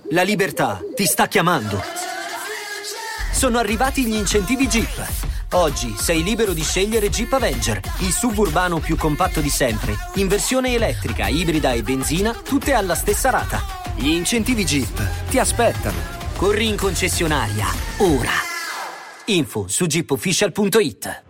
La libertà ti sta chiamando. Sono arrivati gli incentivi Jeep. Oggi sei libero di scegliere Jeep Avenger, il suburbano più compatto di sempre, in versione elettrica, ibrida e benzina, tutte alla stessa rata. Gli incentivi Jeep ti aspettano. Corri in concessionaria, ora. Info su jeepofficial.it.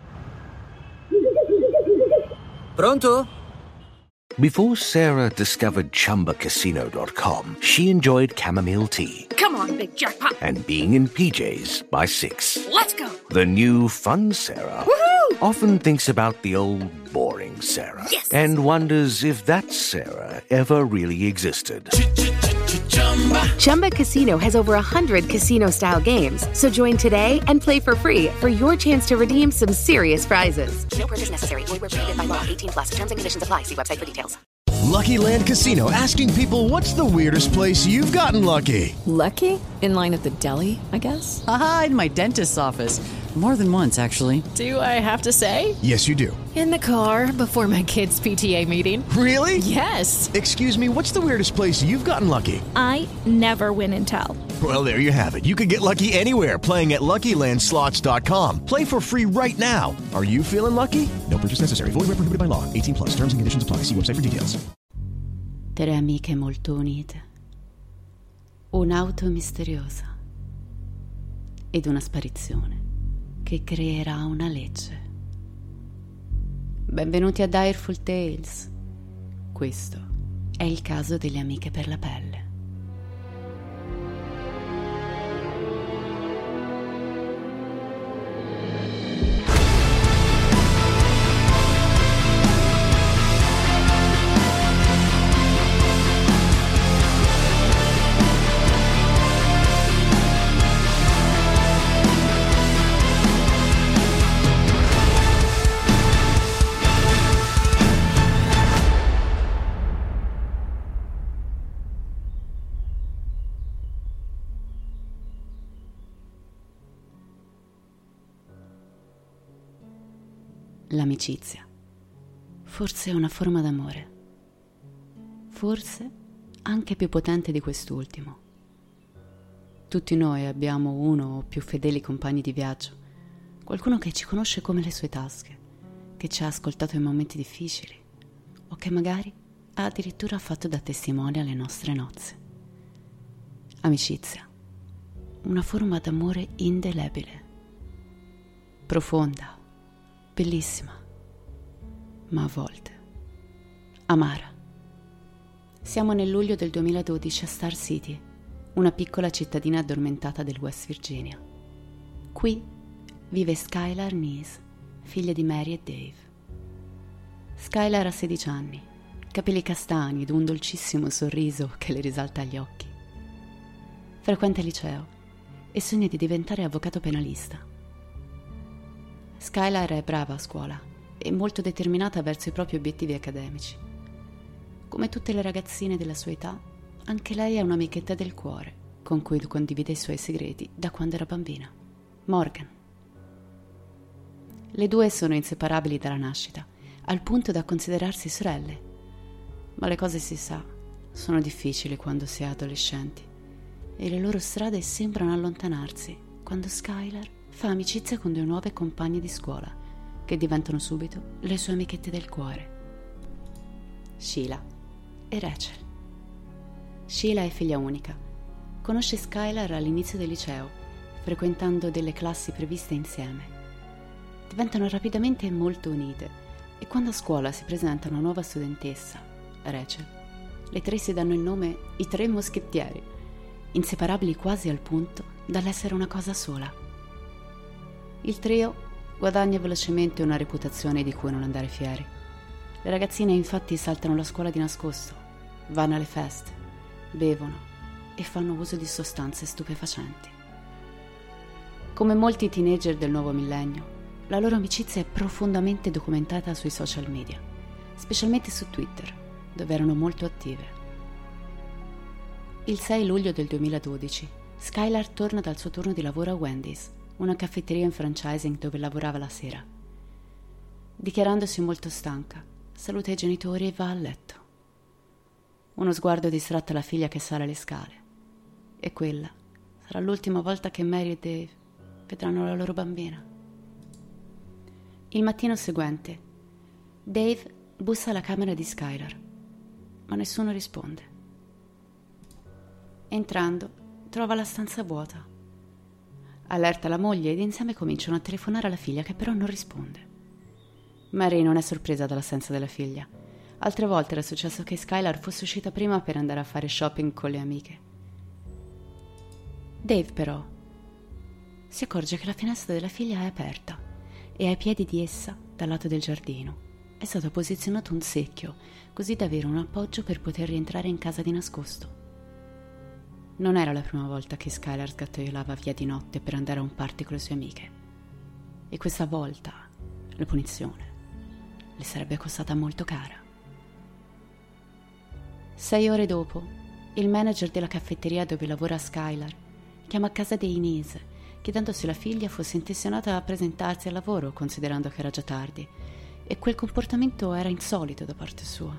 Pronto? Before Sarah discovered ChumbaCasino.com, she enjoyed chamomile tea. Come on, big jackpot. And being in PJs by 6. Let's go. The new fun Sarah Woohoo! often thinks about the old boring Sarah. Yes. And wonders if that Sarah ever really existed. Chumba Casino has over 100 casino-style games. So join today and play for free for your chance to redeem some serious prizes. No purchase necessary. Void where prohibited by law. 18+. Terms and conditions apply. See website for details. Lucky Land Casino, asking people, what's the weirdest place you've gotten lucky? Lucky? In line at the deli, I guess? Aha, in my dentist's office. More than once, actually. Do I have to say? Yes, you do. In the car before my kids' PTA meeting. Really? Yes. Excuse me, what's the weirdest place you've gotten lucky? I never win and tell. Well, there you have it. You can get lucky anywhere, playing at LuckyLandSlots.com. Play for free right now. Are you feeling lucky? No purchase necessary. Void where prohibited by law. 18+. Terms and conditions apply. See website for details. 3 amiche molto unite. Un'auto misteriosa. Ed una sparizione che creerà una legge. Benvenuti a Direful Tales. Questo è il caso delle amiche per la pelle. L'amicizia. Forse è una forma d'amore. Forse anche più potente di quest'ultimo. Tutti noi abbiamo uno o più fedeli compagni di viaggio, qualcuno che ci conosce come le sue tasche, che ci ha ascoltato in momenti difficili o che magari ha addirittura fatto da testimone alle nostre nozze. Amicizia. Una forma d'amore indelebile, profonda, bellissima, ma a volte amara. Siamo nel luglio del 2012 a Star City, una piccola cittadina addormentata del West Virginia. Qui vive Skylar Neese, figlia di Mary e Dave. Skylar ha 16 anni, capelli castani ed un dolcissimo sorriso che le risalta agli occhi. Frequenta il liceo e sogna di diventare avvocato penalista. Skylar è brava a scuola e molto determinata verso i propri obiettivi accademici. Come tutte le ragazzine della sua età, anche lei ha un'amichetta del cuore con cui condivide i suoi segreti da quando era bambina, Morgan. Le due sono inseparabili dalla nascita, al punto da considerarsi sorelle. Ma le cose, si sa, sono difficili quando si è adolescenti e le loro strade sembrano allontanarsi quando Skylar fa amicizia con 2 nuove compagne di scuola che diventano subito le sue amichette del cuore, Sheila e Rachel. Sheila è figlia unica. Conosce Skylar all'inizio del liceo, frequentando delle classi previste insieme. Diventano rapidamente molto unite e quando a scuola si presenta una nuova studentessa, Rachel, le 3 si danno il nome i 3 moschettieri, inseparabili quasi al punto dall'essere una cosa sola. Il trio guadagna velocemente una reputazione di cui non andare fieri. Le ragazzine infatti saltano la scuola di nascosto, vanno alle feste, bevono e fanno uso di sostanze stupefacenti. Come molti teenager del nuovo millennio, la loro amicizia è profondamente documentata sui social media, specialmente su Twitter, dove erano molto attive. Il 6 luglio del 2012, Skylar torna dal suo turno di lavoro a Wendy's, una caffetteria in franchising dove lavorava la sera. Dichiarandosi molto stanca, saluta i genitori e va a letto. Uno sguardo distratto alla figlia che sale le scale E quella sarà l'ultima volta che Mary e Dave vedranno la loro bambina. Il mattino seguente, Dave bussa alla camera di Skylar, ma nessuno risponde. Entrando, trova la stanza vuota. Allerta la moglie ed insieme cominciano a telefonare alla figlia, che però non risponde. Mary non è sorpresa dall'assenza della figlia. Altre volte era successo che Skylar fosse uscita prima per andare a fare shopping con le amiche. Dave, però, si accorge che la finestra della figlia è aperta e ai piedi di essa, dal lato del giardino, è stato posizionato un secchio, così da avere un appoggio per poter rientrare in casa di nascosto. Non era la prima volta che Skylar sgattaiolava via di notte per andare a un party con le sue amiche. E questa volta la punizione le sarebbe costata molto cara. 6 ore dopo, il manager della caffetteria dove lavora Skylar chiama a casa dei Inez, chiedendo se la figlia fosse intenzionata a presentarsi al lavoro, considerando che era già tardi, e quel comportamento era insolito da parte sua.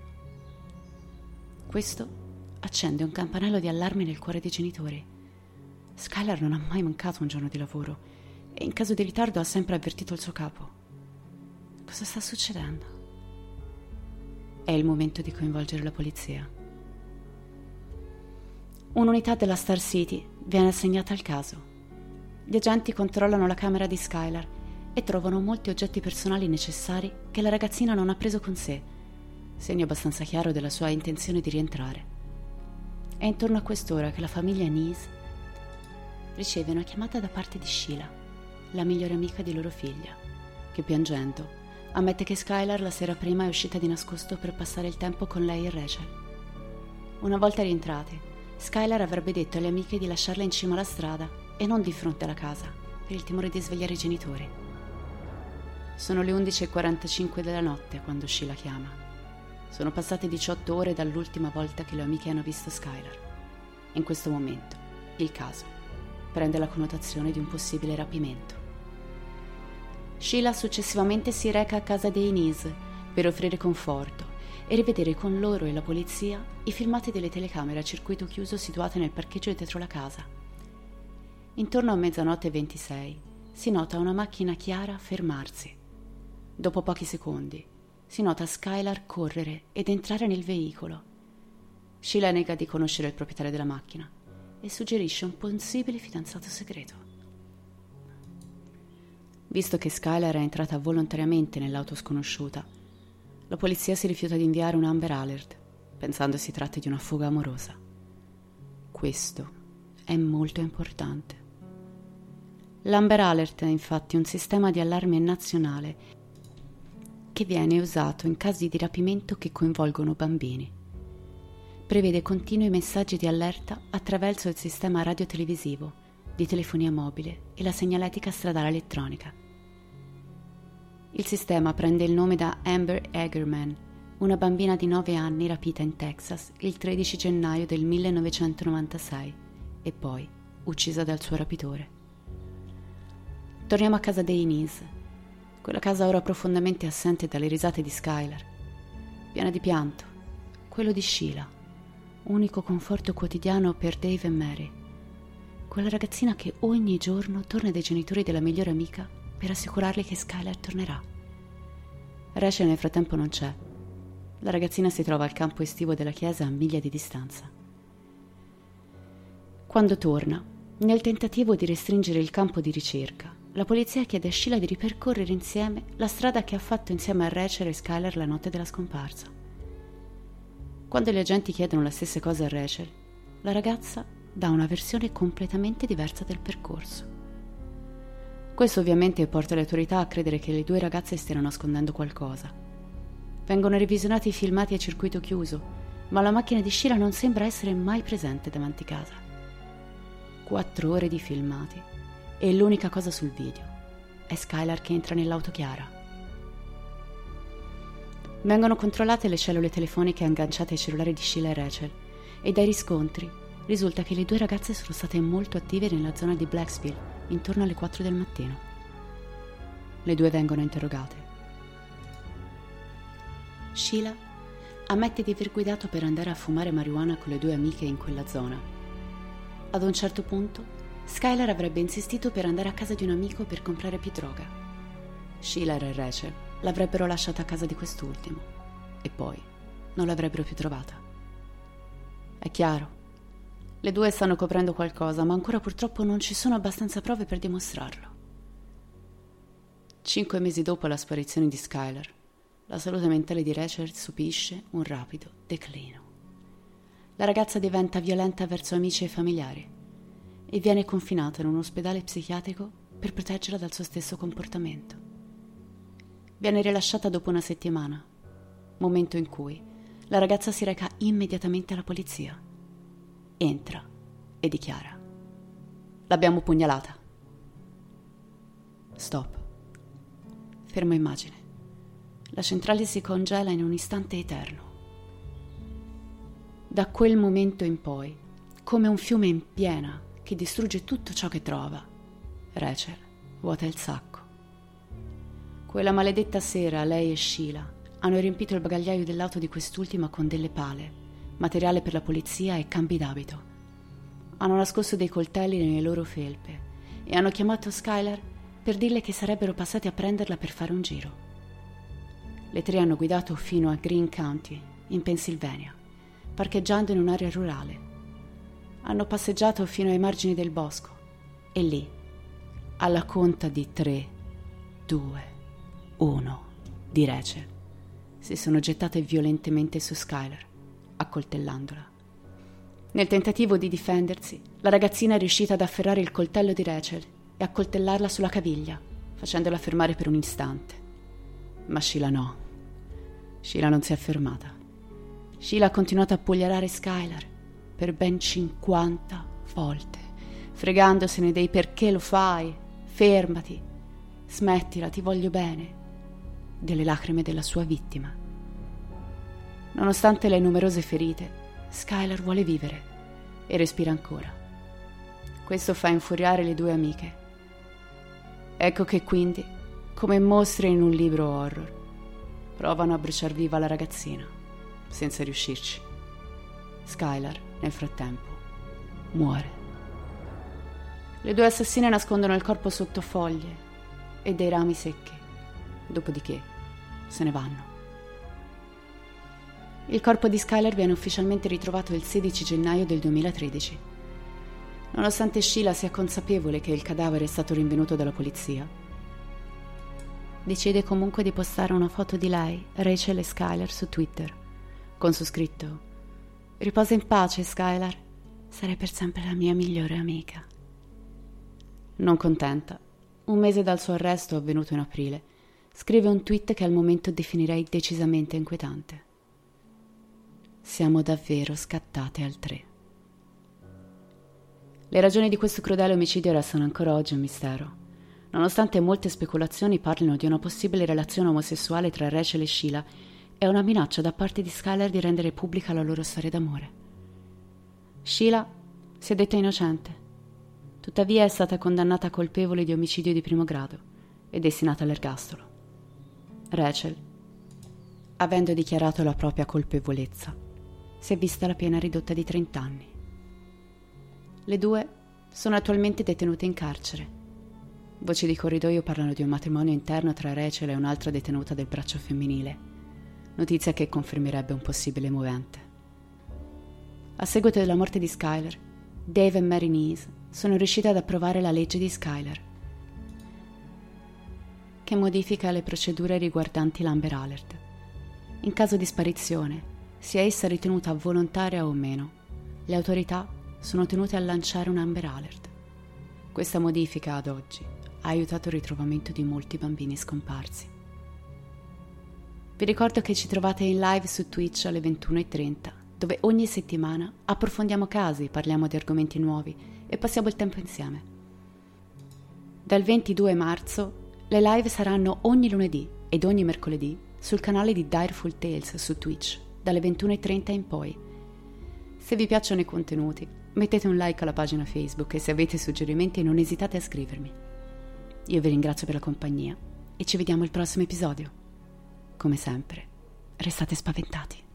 Questo accende un campanello di allarme nel cuore dei genitori. Skylar non ha mai mancato un giorno di lavoro e in caso di ritardo ha sempre avvertito il suo capo. Cosa sta succedendo? È il momento di coinvolgere la polizia. Un'unità della Star City viene assegnata al caso. Gli agenti controllano la camera di Skylar e trovano molti oggetti personali necessari che la ragazzina non ha preso con sé, segno abbastanza chiaro della sua intenzione di rientrare. È intorno a quest'ora che la famiglia Inez riceve una chiamata da parte di Sheila, la migliore amica di loro figlia, che piangendo ammette che Skylar la sera prima è uscita di nascosto per passare il tempo con lei e Rachel. Una volta rientrate, Skylar avrebbe detto alle amiche di lasciarla in cima alla strada e non di fronte alla casa, per il timore di svegliare i genitori. Sono le 11:45 della notte quando Sheila chiama. Sono passate 18 ore dall'ultima volta che le amiche hanno visto Skylar. In questo momento, il caso prende la connotazione di un possibile rapimento. Sheila successivamente si reca a casa dei Inez per offrire conforto e rivedere con loro e la polizia i filmati delle telecamere a circuito chiuso situate nel parcheggio dietro la casa. Intorno a 00:26 si nota una macchina chiara fermarsi. Dopo pochi secondi si nota Skylar correre ed entrare nel veicolo. Sheila nega di conoscere il proprietario della macchina e suggerisce un possibile fidanzato segreto. Visto che Skylar è entrata volontariamente nell'auto sconosciuta, la polizia si rifiuta di inviare un Amber Alert, pensando si tratti di una fuga amorosa. Questo è molto importante. L'Amber Alert è infatti un sistema di allarme nazionale che viene usato in casi di rapimento che coinvolgono bambini. Prevede continui messaggi di allerta attraverso il sistema radiotelevisivo, di telefonia mobile e la segnaletica stradale elettronica. Il sistema prende il nome da Amber Hagerman, una bambina di 9 anni rapita in Texas il 13 gennaio del 1996 e poi uccisa dal suo rapitore. Torniamo a casa dei Inez. Quella casa ora profondamente assente dalle risate di Skylar, piena di pianto, quello di Sheila, unico conforto quotidiano per Dave e Mary, quella ragazzina che ogni giorno torna dai genitori della migliore amica per assicurarle che Skylar tornerà. Rachel nel frattempo non c'è. La ragazzina si trova al campo estivo della chiesa a miglia di distanza. Quando torna, nel tentativo di restringere il campo di ricerca, la polizia chiede a Sheila di ripercorrere insieme la strada che ha fatto insieme a Rachel e Skylar la notte della scomparsa. Quando gli agenti chiedono le stesse cose a Rachel, la ragazza dà una versione completamente diversa del percorso. Questo ovviamente porta le autorità a credere che le due ragazze stiano nascondendo qualcosa. Vengono revisionati i filmati a circuito chiuso, ma la macchina di Sheila non sembra essere mai presente davanti casa. 4 ore di filmati e l'unica cosa sul video è Skylar che entra nell'auto chiara. Vengono controllate le cellule telefoniche agganciate ai cellulari di Sheila e Rachel e dai riscontri risulta che le due ragazze sono state molto attive nella zona di Blacksville intorno alle 4 del mattino. Le due vengono interrogate. Sheila ammette di aver guidato per andare a fumare marijuana con le due amiche in quella zona. Ad un certo punto, Skylar avrebbe insistito per andare a casa di un amico per comprare più droga. Sheila e Rachel l'avrebbero lasciata a casa di quest'ultimo e poi non l'avrebbero più trovata. È chiaro, le due stanno coprendo qualcosa, ma ancora purtroppo non ci sono abbastanza prove per dimostrarlo. 5 mesi dopo la sparizione di Skylar, la salute mentale di Rachel subisce un rapido declino. La ragazza diventa violenta verso amici e familiari e viene confinata in un ospedale psichiatrico per proteggerla dal suo stesso comportamento. Viene rilasciata dopo una settimana, momento in cui la ragazza si reca immediatamente alla polizia. Entra e dichiara: l'abbiamo pugnalata. Stop. Fermo immagine. La centrale si congela in un istante eterno. Da quel momento in poi, come un fiume in piena che distrugge tutto ciò che trova, Rachel vuota il sacco. Quella maledetta sera lei e Sheila hanno riempito il bagagliaio dell'auto di quest'ultima con delle pale, materiale per la polizia e cambi d'abito. Hanno nascosto dei coltelli nelle loro felpe e hanno chiamato Skylar per dirle che sarebbero passati a prenderla per fare un giro. Le tre hanno guidato fino a Greene County, in Pennsylvania, parcheggiando in un'area rurale. Hanno passeggiato fino ai margini del bosco e lì, alla conta di 3, 2, 1 di Rachel, si sono gettate violentemente su Skylar, accoltellandola. Nel tentativo di difendersi, la ragazzina è riuscita ad afferrare il coltello di Rachel e accoltellarla sulla caviglia, facendola fermare per un istante. Ma Sheila no. Sheila non si è fermata. Sheila ha continuato a pogliarare Skylar per ben 50 volte, fregandosene dei perché lo fai, fermati, smettila, ti voglio bene, delle lacrime della sua vittima. Nonostante le numerose ferite, Skylar vuole vivere e respira ancora. Questo fa infuriare le due amiche. Ecco che quindi, come mostri in un libro horror, provano a bruciar viva la ragazzina, senza riuscirci. Skylar, nel frattempo, muore. Le due assassine nascondono il corpo sotto foglie e dei rami secchi, dopodiché se ne vanno. Il corpo di Skylar viene ufficialmente ritrovato il 16 gennaio del 2013. Nonostante Sheila sia consapevole che il cadavere è stato rinvenuto dalla polizia, decide comunque di postare una foto di lei, Rachel e Skylar su Twitter, con su scritto: riposa in pace, Skylar, sarai per sempre la mia migliore amica. Non contenta, un mese dal suo arresto avvenuto in aprile, scrive un tweet che al momento definirei decisamente inquietante. Siamo davvero scattate al 3. Le ragioni di questo crudele omicidio restano ancora oggi un mistero, nonostante molte speculazioni parlino di una possibile relazione omosessuale tra Rachel e Sheila e una minaccia da parte di Skylar di rendere pubblica la loro storia d'amore. Sheila si è detta innocente, tuttavia è stata condannata colpevole di omicidio di primo grado e destinata all'ergastolo. Rachel, avendo dichiarato la propria colpevolezza, si è vista la pena ridotta di 30 anni. Le due sono attualmente detenute in carcere. Voci di corridoio parlano di un matrimonio interno tra Rachel e un'altra detenuta del braccio femminile, notizia che confermerebbe un possibile movente. A seguito della morte di Skylar, Dave e Mary Neese sono riusciti ad approvare la legge di Skylar, che modifica le procedure riguardanti l'Amber Alert. In caso di sparizione, sia essa ritenuta volontaria o meno, le autorità sono tenute a lanciare un Amber Alert. Questa modifica ad oggi ha aiutato il ritrovamento di molti bambini scomparsi. Vi ricordo che ci trovate in live su Twitch alle 21:30, dove ogni settimana approfondiamo casi, parliamo di argomenti nuovi e passiamo il tempo insieme. Dal 22 marzo le live saranno ogni lunedì ed ogni mercoledì sul canale di Direful Tales su Twitch, dalle 21:30 in poi. Se vi piacciono i contenuti, mettete un like alla pagina Facebook e se avete suggerimenti non esitate a scrivermi. Io vi ringrazio per la compagnia e ci vediamo al prossimo episodio. Come sempre, restate spaventati.